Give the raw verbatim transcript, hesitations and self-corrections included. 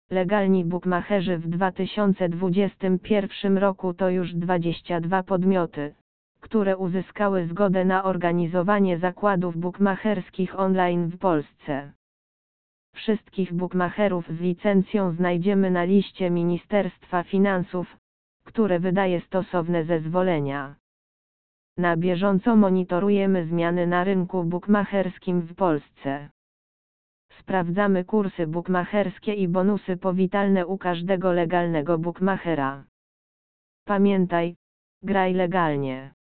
Legalni bukmacherzy w dwa tysiące dwudziestym pierwszym roku to już dwadzieścia dwa podmioty, które uzyskały zgodę na organizowanie zakładów bukmacherskich online w Polsce. Wszystkich bukmacherów z licencją znajdziemy na liście Ministerstwa Finansów, które wydaje stosowne zezwolenia. Na bieżąco monitorujemy zmiany na rynku bukmacherskim w Polsce. Sprawdzamy kursy bukmacherskie i bonusy powitalne u każdego legalnego bukmachera. Pamiętaj, graj legalnie.